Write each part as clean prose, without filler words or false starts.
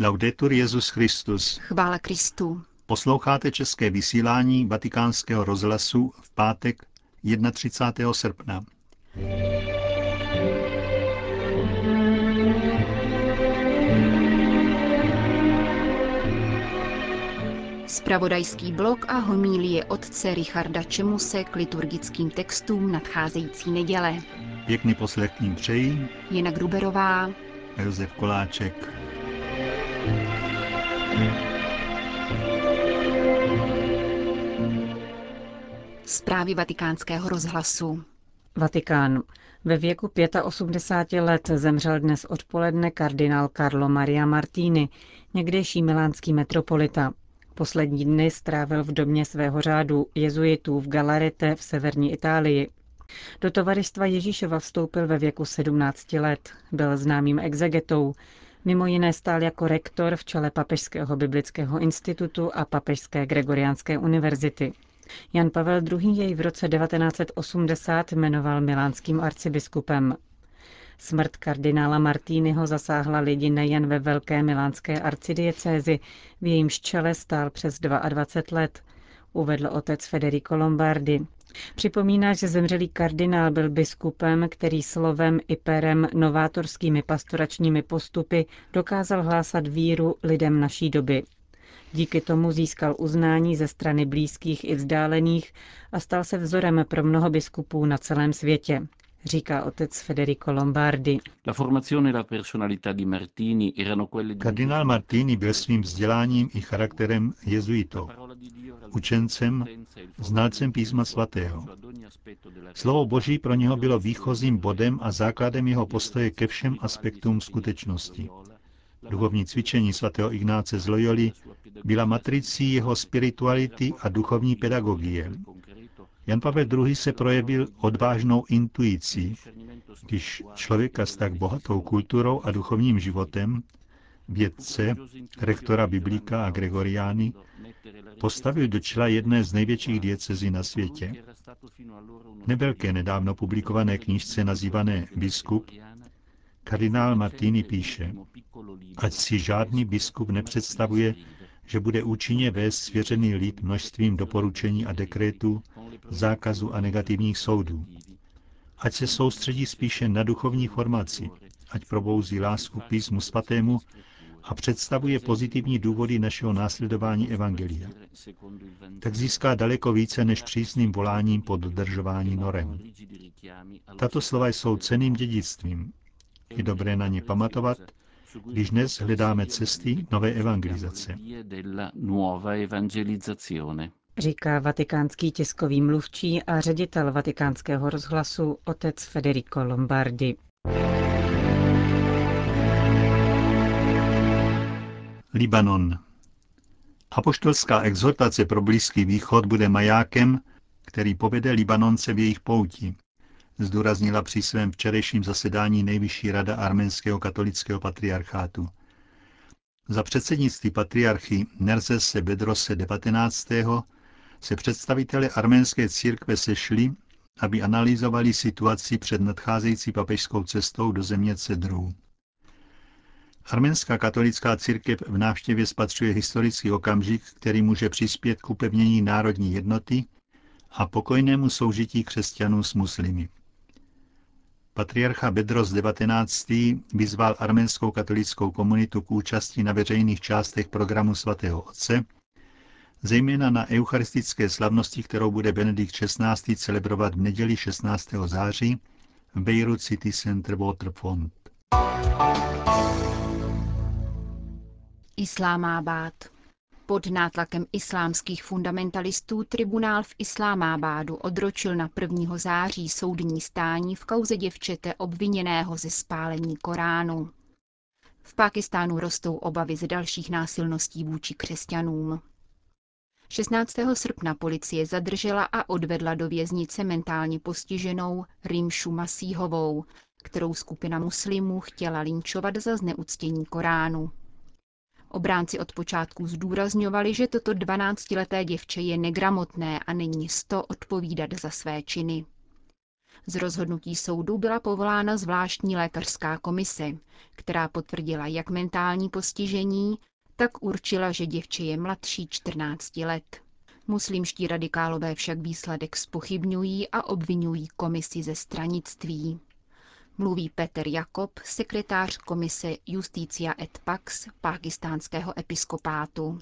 Laudetur Jesus Christus. Chvála Kristu. Posloucháte české vysílání Vatikánského rozhlasu v pátek 31. srpna. Zpravodajský blok a homilie otce Richarda Čemuse k liturgickým textům nadcházející neděle. Pěkný poslech k ním přejí Jana Gruberová a Josef Koláček. Zprávy Vatikánského rozhlasu. Vatikán. Ve věku 85 let zemřel dnes odpoledne kardinál Carlo Maria Martini, někdejší milánský metropolita. Poslední dny strávil v domě svého řádu jezuitů v Galarete v severní Itálii. Do tovaristva Ježíšova vstoupil ve věku 17 let. Byl známým exegetou. Mimo jiné stál jako rektor v čele Papežského biblického institutu a Papežské gregoriánské univerzity. Jan Pavel II. Jej v roce 1980 jmenoval milánským arcibiskupem. Smrt kardinála Martiniho zasáhla lidi nejen ve velké milánské arcidiecézi, v jejímž čele stál přes 22 let, uvedl otec Federico Lombardi. Připomíná, že zemřelý kardinál byl biskupem, který slovem i perem novátorskými pastoračními postupy dokázal hlásat víru lidem naší doby. Díky tomu získal uznání ze strany blízkých i vzdálených a stal se vzorem pro mnoho biskupů na celém světě, říká otec Federico Lombardi. Kardinál Martini byl svým vzděláním i charakterem jezuitou, učencem, znalcem písma svatého. Slovo Boží pro něho bylo výchozím bodem a základem jeho postoje ke všem aspektům skutečnosti. Duchovní cvičení svatého Ignáce z Loyoli byla matricí jeho spirituality a duchovní pedagogie. Jan Pavel II. Se projevil odvážnou intuicí, když člověka s tak bohatou kulturou a duchovním životem, vědce, rektora biblika a gregoriány, postavil do čela jedné z největších diecezí na světě. V nevelké nedávno publikované knížce nazývané Biskup kardinál Martini píše: ať si žádný biskup nepředstavuje, že bude účinně vést svěřený lid množstvím doporučení a dekretů, zákazů a negativních soudů. Ať se soustředí spíše na duchovní formaci, ať probouzí lásku k písmu svatému a představuje pozitivní důvody našeho následování evangelia. Tak získá daleko více než přísným voláním po dodržování norem. Tato slova jsou cenným dědictvím. Je dobré na ně pamatovat, když dnes hledáme cesty nové evangelizace. Říká vatikánský tiskový mluvčí a ředitel Vatikánského rozhlasu otec Federico Lombardi. Libanon. Apoštolská exhortace pro Blízký východ bude majákem, který povede Libanonce v jejich pouti, zdůraznila při svém včerejším zasedání Nejvyšší rada arménského katolického patriarchátu. Za předsednictví patriarchy Nerzese Bedrose 19. se představitelé arménské církve sešli, aby analyzovali situaci před nadcházející papežskou cestou do země cedrů. Arménská katolická církev v návštěvě spatřuje historický okamžik, který může přispět k upevnění národní jednoty a pokojnému soužití křesťanů s muslimy. Patriarcha Bedros 19. vyzval arménskou katolickou komunitu k účasti na veřejných částech programu svatého Otce, zejména na eucharistické slavnosti, kterou bude Benedikt XVI. Celebrovat v neděli 16. září v Beirut City Center Waterfront. Islámábád. Pod nátlakem islámských fundamentalistů tribunál v Islámábádu odročil na 1. září soudní stání v kauze děvčete obviněného ze spálení Koránu. V Pákistánu rostou obavy z dalších násilností vůči křesťanům. 16. srpna policie zadržela a odvedla do věznice mentálně postiženou Rimšu Masíhovou, kterou skupina muslimů chtěla linčovat za zneuctění Koránu. Obránci od počátku zdůrazňovali, že toto 12leté děvče je negramotné a není sto odpovídat za své činy. Z rozhodnutí soudu byla povolána zvláštní lékařská komise, která potvrdila jak mentální postižení, tak určila, že děvče je mladší 14 let. Muslimští radikálové však výsledek zpochybňují a obvinují komisi ze stranictví. Mluví Peter Jakob, sekretář komise Justitia et Pax pákistánského episkopátu.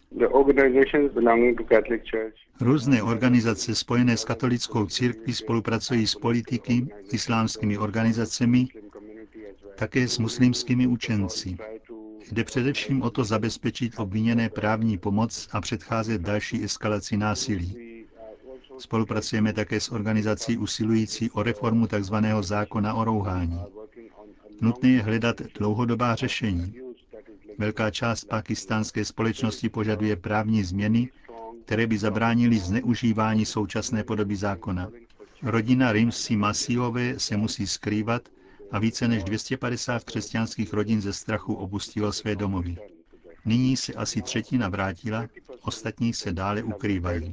Různé organizace spojené s katolickou církví spolupracují s politiky, islámskými organizacemi, také s muslimskými učenci. Jde především o to zabezpečit obviněné právní pomoc a předcházet další eskalaci násilí. Spolupracujeme také s organizací usilující o reformu tzv. Zákona o rouhání. Nutné je hledat dlouhodobá řešení. Velká část pákistánské společnosti požaduje právní změny, které by zabránily zneužívání současné podoby zákona. Rodina Rimsi Masíhové se musí skrývat a více než 250 křesťanských rodin ze strachu opustilo své domovy. Nyní se asi třetina vrátila, ostatní se dále ukrývají.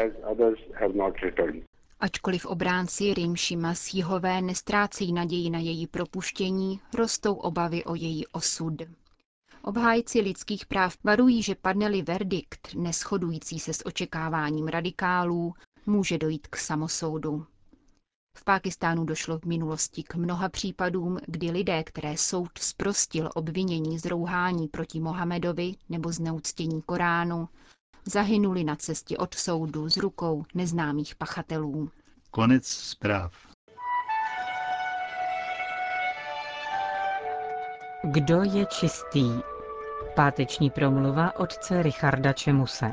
Ačkoliv obránci Rimši Masíhové nestrácejí naději na její propuštění, rostou obavy o její osud. Obhájci lidských práv varují, že padne-li verdikt neshodující se s očekáváním radikálů, může dojít k samosoudu. V Pákistánu došlo v minulosti k mnoha případům, kdy lidé, které soud zprostil obvinění z rouhání proti Mohamedovi nebo zneuctění Koránu, zahynuli na cestě od soudu z rukou neznámých pachatelů. Konec zpráv. Kdo je čistý? Páteční promluva otce Richarda Čemuse.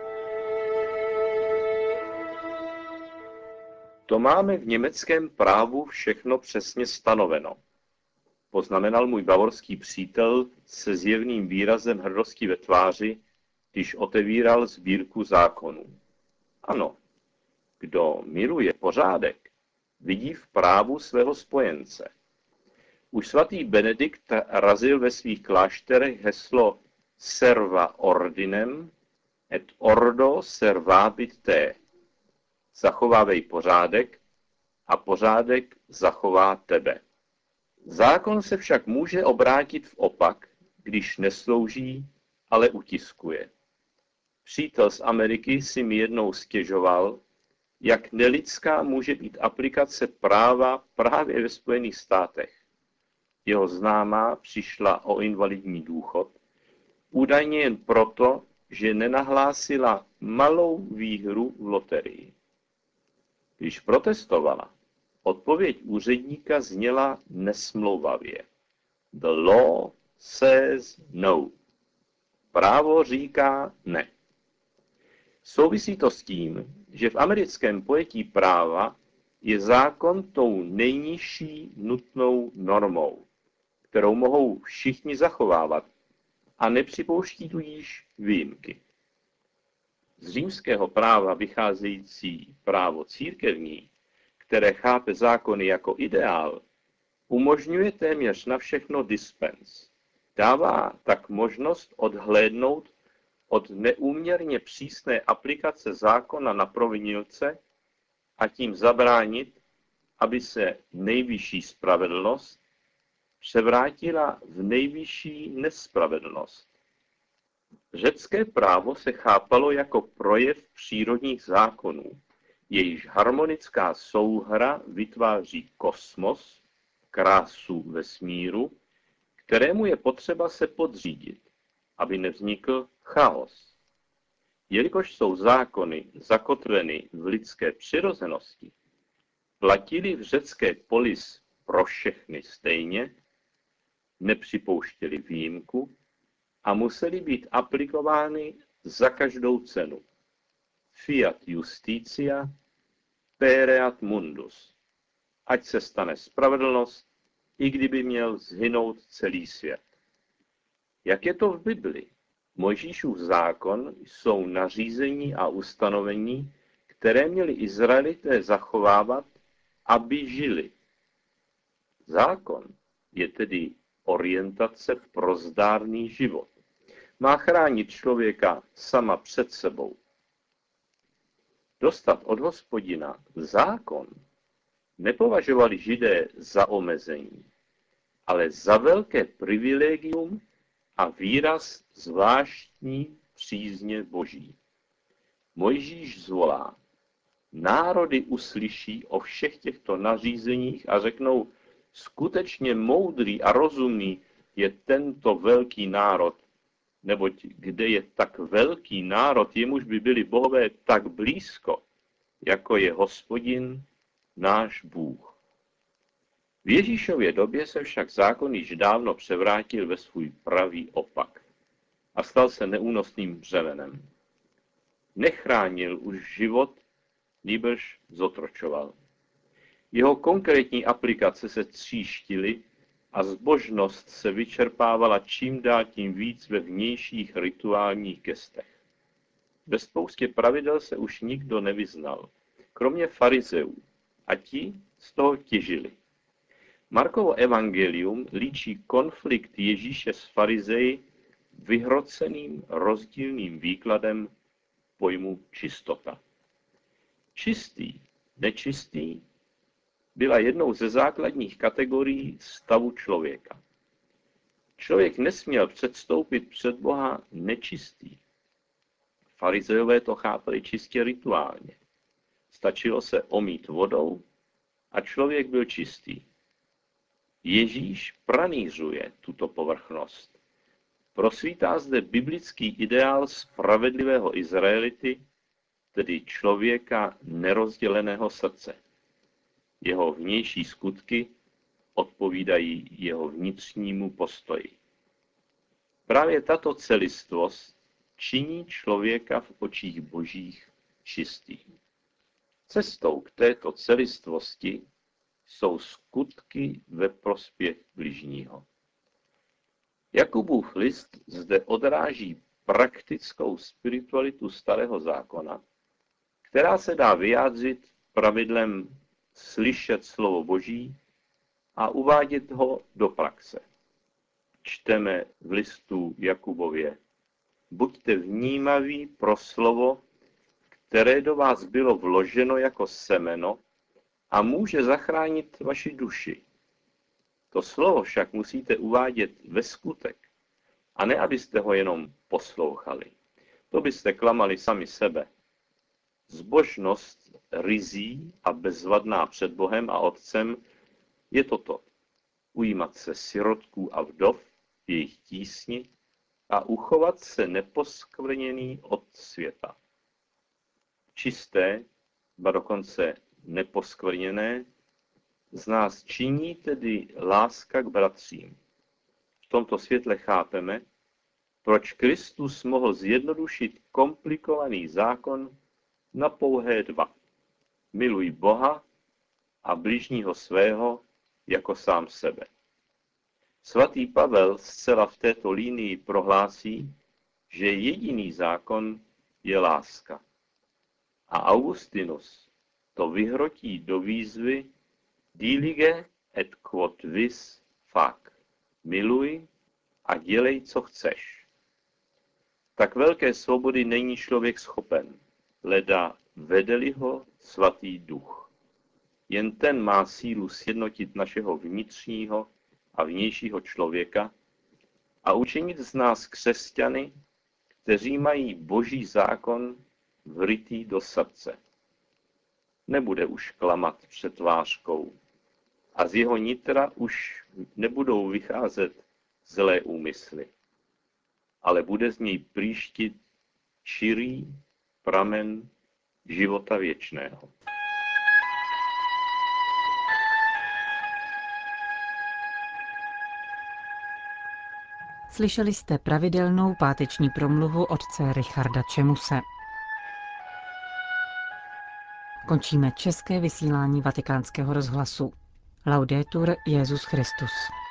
To máme v německém právu všechno přesně stanoveno, poznamenal můj bavorský přítel se zjevným výrazem hrdosti ve tváři, když otevíral sbírku zákonů. Ano, kdo miluje pořádek, vidí v právu svého spojence. Už svatý Benedikt razil ve svých klášterech heslo serva ordinem et ordo servabit te. Zachovávej pořádek a pořádek zachová tebe. Zákon se však může obrátit v opak, když neslouží, ale utiskuje. Přítel z Ameriky si mi jednou stěžoval, jak nelidská může být aplikace práva právě ve Spojených státech. Jeho známá přišla o invalidní důchod, údajně jen proto, že nenahlásila malou výhru v loterii. Když protestovala, odpověď úředníka zněla nesmlouvavě. The law says no. Právo říká ne. Souvisí to s tím, že v americkém pojetí práva je zákon tou nejnižší nutnou normou, kterou mohou všichni zachovávat a nepřipouští tudíž výjimky. Z římského práva vycházející právo církevní, které chápe zákony jako ideál, umožňuje téměř na všechno dispens. Dává tak možnost odhlédnout od neúměrně přísné aplikace zákona na provinilce a tím zabránit, aby se nejvyšší spravedlnost převrátila v nejvyšší nespravedlnost. Řecké právo se chápalo jako projev přírodních zákonů, jejíž harmonická souhra vytváří kosmos, krásu vesmíru, kterému je potřeba se podřídit, aby nevznikl chaos. Jelikož jsou zákony zakotveny v lidské přirozenosti, platili v řecké polis pro všechny stejně, nepřipouštěli výjimku a museli být aplikovány za každou cenu. Fiat justitia, pereat mundus. Ať se stane spravedlnost, i kdyby měl zhynout celý svět. Jak je to v Bibli? Mojžíšův zákon jsou nařízení a ustanovení, které měli Izraelité zachovávat, aby žili. Zákon je tedy orientace pro zdárný život. Má chránit člověka sama před sebou. Dostat od Hospodina zákon nepovažovali Židé za omezení, ale za velké privilegium a výraz zvláštní přízně Boží. Mojžíš zvolá: národy uslyší o všech těchto nařízeních a řeknou: skutečně moudrý a rozumný je tento velký národ, neboť kde je tak velký národ, jemuž by byli bohové tak blízko, jako je Hospodin, náš Bůh. V Ježíšově době se však zákon již dávno převrátil ve svůj pravý opak a stal se neúnosným břemenem. Nechránil už život, nýbrž zotročoval. Jeho konkrétní aplikace se tříštily a zbožnost se vyčerpávala čím dál tím víc ve vnějších rituálních gestech. Ve spoustě pravidel se už nikdo nevyznal, kromě farizeů, a ti z toho těžili. Markovo evangelium líčí konflikt Ježíše s farizeji vyhroceným rozdílným výkladem pojmu čistota. Čistý, nečistý byla jednou ze základních kategorií stavu člověka. Člověk nesměl předstoupit před Boha nečistý. Farizejové to chápali čistě rituálně. Stačilo se omýt vodou a člověk byl čistý. Ježíš pranýřuje tuto povrchnost. Prosvítá zde biblický ideál spravedlivého Izraelity, tedy člověka nerozděleného srdce. Jeho vnější skutky odpovídají jeho vnitřnímu postoji. Právě tato celistvost činí člověka v očích Božích čistým. Cestou k této celistvosti jsou skutky ve prospěch bližního. Jakubův list zde odráží praktickou spiritualitu Starého zákona, která se dá vyjádřit pravidlem slyšet slovo Boží a uvádět ho do praxe. Čteme v listu Jakubově: buďte vnímaví pro slovo, které do vás bylo vloženo jako semeno a může zachránit vaši duši. To slovo však musíte uvádět ve skutek, a ne abyste ho jenom poslouchali. To byste klamali sami sebe. Zbožnost ryzí a bezvadná před Bohem a Otcem je toto: ujímat se sirotků a vdov v jejich tísni a uchovat se neposkvrněný od světa. Čisté, ba dokonce neposkvrněné, z nás činí tedy láska k bratřím. V tomto světle chápeme, proč Kristus mohl zjednodušit komplikovaný zákon na pouhé 2. Miluj Boha a bližního svého jako sám sebe. Svatý Pavel zcela v této línii prohlásí, že jediný zákon je láska. A Augustinus to vyhrotí do výzvy dilige et quod vis fac. Miluj a dělej, co chceš. Tak velké svobody není člověk schopen, leda vede-li ho svatý duch. Jen ten má sílu sjednotit našeho vnitřního a vnějšího člověka a učinit z nás křesťany, kteří mají Boží zákon vrytý do srdce. Nebude už klamat před tvářkou a z jeho nitra už nebudou vycházet zlé úmysly, ale bude z něj prýštit čirý pramen života věčného. Slyšeli jste pravidelnou páteční promluvu otce Richarda Čemuse. Končíme české vysílání Vatikánského rozhlasu. Laudetur Jesus Christus.